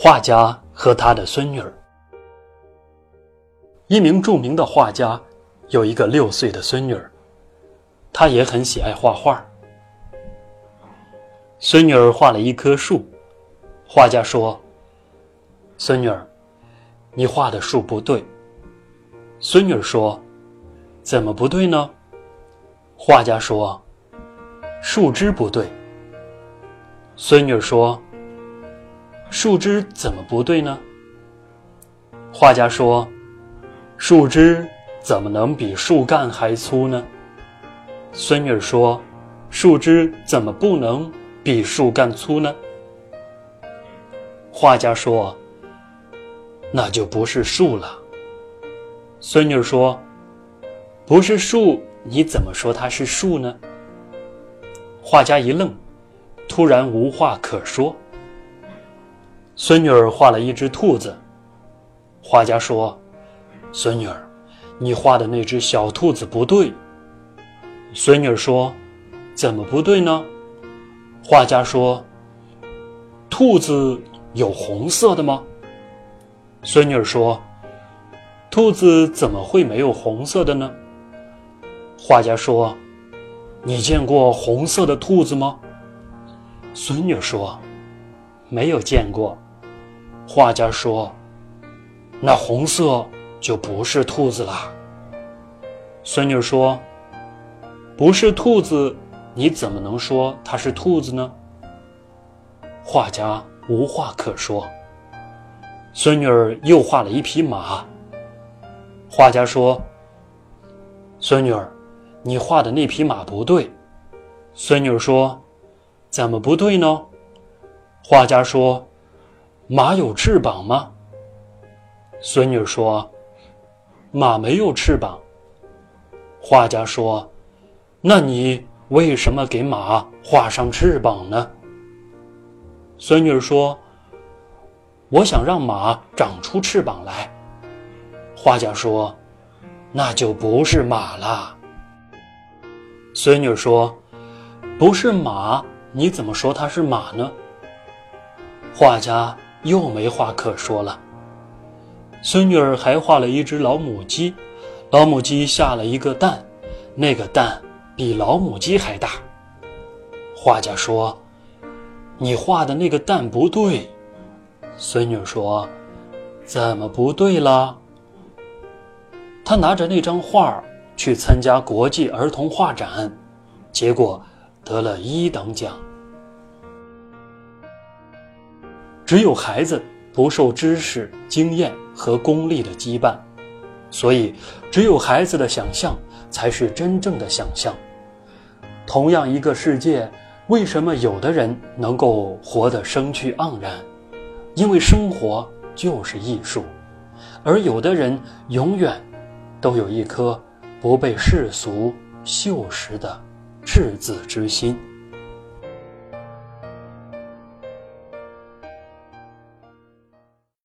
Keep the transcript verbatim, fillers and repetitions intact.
画家和他的孙女儿。一名著名的画家有一个六岁的孙女儿，她也很喜爱画画。孙女儿画了一棵树，画家说：“孙女儿，你画的树不对。”孙女儿说：“怎么不对呢？”画家说：“树枝不对。”孙女儿说：“树枝怎么不对呢？”画家说：“树枝怎么能比树干还粗呢？”孙女儿说：“树枝怎么不能比树干粗呢？”画家说：“那就不是树了。”孙女儿说：“不是树，你怎么说它是树呢？”画家一愣，突然无话可说。孙女儿画了一只兔子，画家说：“孙女儿，你画的那只小兔子不对。”孙女儿说：“怎么不对呢？”画家说：“兔子有红色的吗？”孙女儿说：“兔子怎么会没有红色的呢？”画家说：“你见过红色的兔子吗？”孙女儿说：“没有见过。”画家说：“那红色就不是兔子啦。”孙女儿说：“不是兔子，你怎么能说它是兔子呢？”画家无话可说。孙女儿又画了一匹马。画家说：“孙女儿，你画的那匹马不对。”孙女儿说：“怎么不对呢？”画家说：“马有翅膀吗？”孙女儿说：“马没有翅膀。”画家说：“那你为什么给马画上翅膀呢？”孙女儿说：“我想让马长出翅膀来。”画家说：“那就不是马了。”孙女儿说：“不是马，你怎么说它是马呢？”画家又没话可说了。孙女儿还画了一只老母鸡，老母鸡下了一个蛋，那个蛋比老母鸡还大。画家说：“你画的那个蛋不对。”孙女儿说：“怎么不对了？”她拿着那张画去参加国际儿童画展，结果得了一等奖。只有孩子不受知识、经验和功利的羁绊，所以只有孩子的想象才是真正的想象。同样一个世界，为什么有的人能够活得生趣盎然？因为生活就是艺术，而有的人永远都有一颗不被世俗锈蚀的赤子之心。